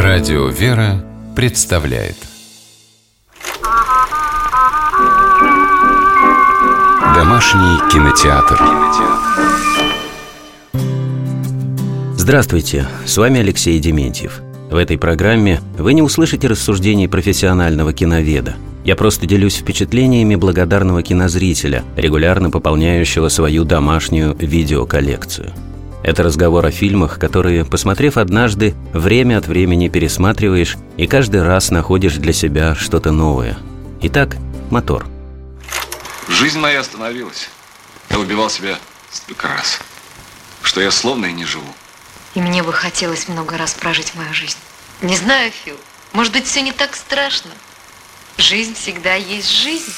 Радио «Вера» представляет Домашний кинотеатр. Здравствуйте, с вами Алексей Дементьев. В этой программе вы не услышите рассуждений профессионального киноведа. Я просто делюсь впечатлениями благодарного кинозрителя, регулярно пополняющего свою домашнюю видеоколлекцию. Это разговор о фильмах, которые, посмотрев однажды, время от времени пересматриваешь и каждый раз находишь для себя что-то новое. Итак, мотор. Жизнь моя остановилась. Я убивал себя столько раз, что я словно и не живу. И мне бы хотелось много раз прожить мою жизнь. Не знаю, Фил, может быть, все не так страшно. Жизнь всегда есть жизнь.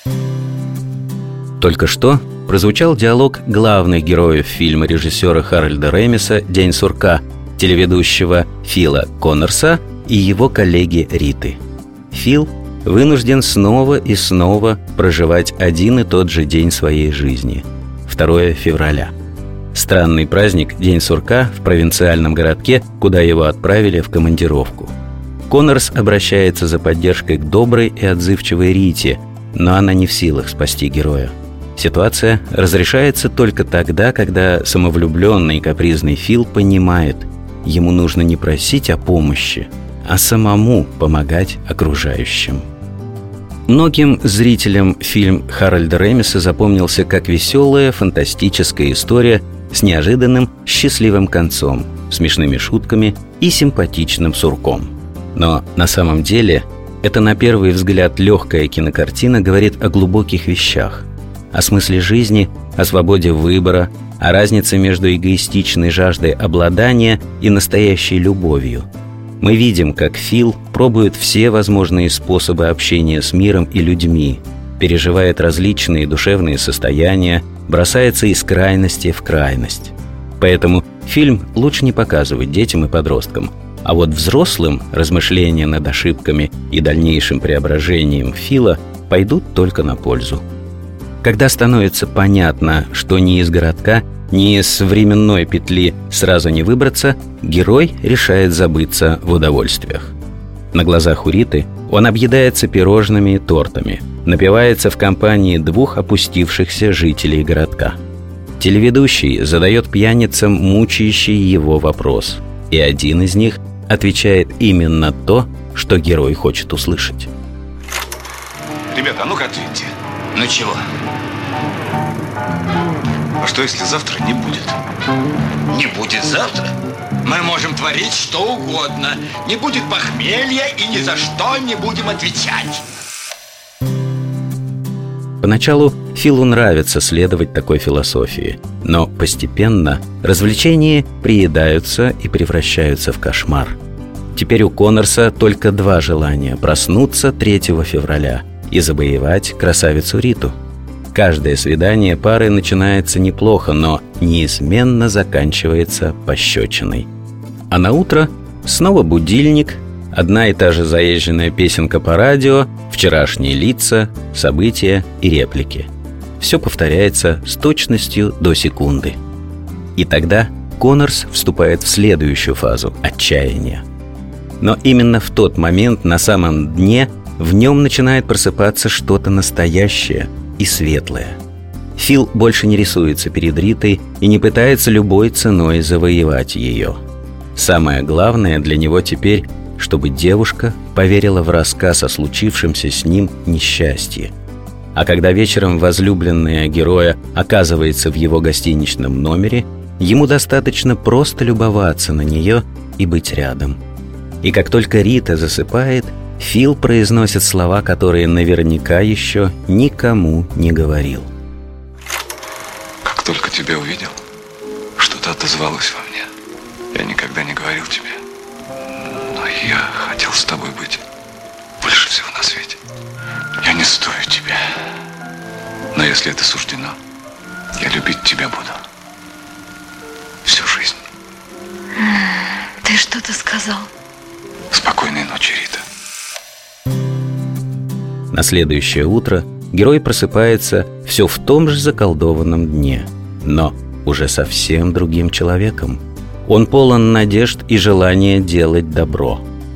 Только что прозвучал диалог главных героев фильма режиссера Харольда Ремиса «День сурка», телеведущего Фила Коннорса и его коллеги Риты. Фил вынужден снова и снова проживать один и тот же день своей жизни – 2 февраля. Странный праздник «День сурка» в провинциальном городке, куда его отправили в командировку. Коннорс обращается за поддержкой к доброй и отзывчивой Рите, но она не в силах спасти героя. Ситуация разрешается только тогда, когда самовлюбленный и капризный Фил понимает, ему нужно не просить о помощи, а самому помогать окружающим. Многим зрителям фильм Харольда Ремиса запомнился как веселая, фантастическая история с неожиданным, счастливым концом, смешными шутками и симпатичным сурком. Но на самом деле эта на первый взгляд легкая кинокартина говорит о глубоких вещах, о смысле жизни, о свободе выбора, о разнице между эгоистичной жаждой обладания и настоящей любовью. Мы видим, как Фил пробует все возможные способы общения с миром и людьми, переживает различные душевные состояния, бросается из крайности в крайность. Поэтому фильм лучше не показывать детям и подросткам, а вот взрослым размышления над ошибками и дальнейшим преображением Фила пойдут только на пользу. Когда становится понятно, что ни из городка, ни из временной петли сразу не выбраться, герой решает забыться в удовольствиях. На глазах у Риты он объедается пирожными и тортами, напивается в компании 2 опустившихся жителей городка. Телеведущий задает пьяницам мучающий его вопрос, и один из них отвечает именно то, что герой хочет услышать. Ребята, а ну-ка ответьте. Ну чего? А что, если завтра не будет? Не будет завтра? Мы можем творить что угодно. Не будет похмелья и ни за что не будем отвечать. Поначалу Филу нравится следовать такой философии, но постепенно развлечения приедаются и превращаются в кошмар. Теперь у Коннорса только 2 желания – проснуться 3 февраля и завоевать красавицу Риту. Каждое свидание пары начинается неплохо, но неизменно заканчивается пощечиной. А на утро снова будильник, одна и та же заезженная песенка по радио, вчерашние лица, события и реплики. Все повторяется с точностью до секунды. И тогда Коннорс вступает в следующую фазу – отчаяния. Но именно в тот момент на самом дне в нем начинает просыпаться что-то настоящее и светлое. Фил больше не рисуется перед Ритой и не пытается любой ценой завоевать ее. Самое главное для него теперь, чтобы девушка поверила в рассказ о случившемся с ним несчастье. А когда вечером возлюбленная героя оказывается в его гостиничном номере, ему достаточно просто любоваться на нее и быть рядом. И как только Рита засыпает, Фил произносит слова, которые наверняка еще никому не говорил. Как только тебя увидел, что-то отозвалось во мне. Я никогда не говорил тебе, но я хотел с тобой быть больше всего на свете. Я не стою тебя, но если это суждено, я любить тебя буду всю жизнь. Ты что-то сказал? Спокойной ночи, Рита. На следующее утро герой просыпается все в том же заколдованном дне, но уже совсем другим человеком. Он полон надежд и желания делать добро.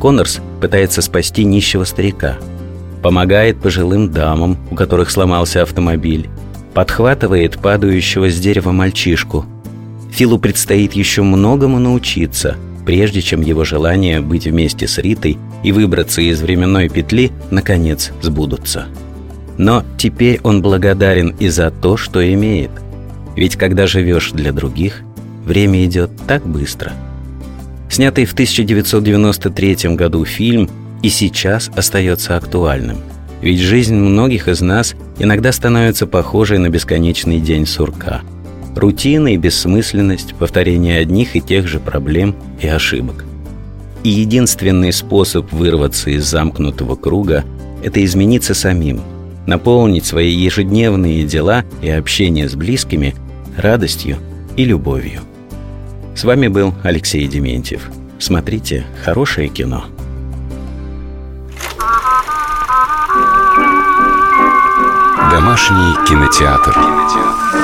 Коннорс пытается спасти нищего старика, помогает пожилым дамам, у которых сломался автомобиль, подхватывает падающего с дерева мальчишку. Филу предстоит еще многому научиться, прежде чем его желание быть вместе с Ритой и выбраться из временной петли наконец сбудутся. Но теперь он благодарен и за то, что имеет. Ведь когда живешь для других, время идет так быстро. Снятый в 1993 году фильм и сейчас остается актуальным. Ведь жизнь многих из нас иногда становится похожей на бесконечный день сурка. Рутина и бессмысленность, повторение одних и тех же проблем и ошибок. И единственный способ вырваться из замкнутого круга – это измениться самим, наполнить свои ежедневные дела и общение с близкими радостью и любовью. С вами был Алексей Дементьев. Смотрите хорошее кино. Домашний кинотеатр.